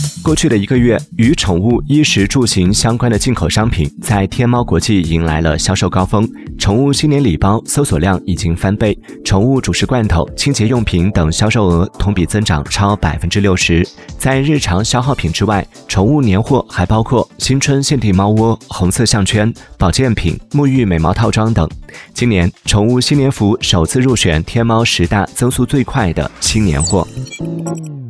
过去的1个月，与宠物衣食住行相关的进口商品在天猫国际迎来了销售高峰。宠物新年礼包搜索量已经翻倍，宠物主食罐头、清洁用品等销售额同比增长超60%。在日常消耗品之外，宠物年货还包括新春限定猫窝、红色项圈、保健品、沐浴美毛套装等。今年宠物新年服首次入选天猫10大增速最快的新年货。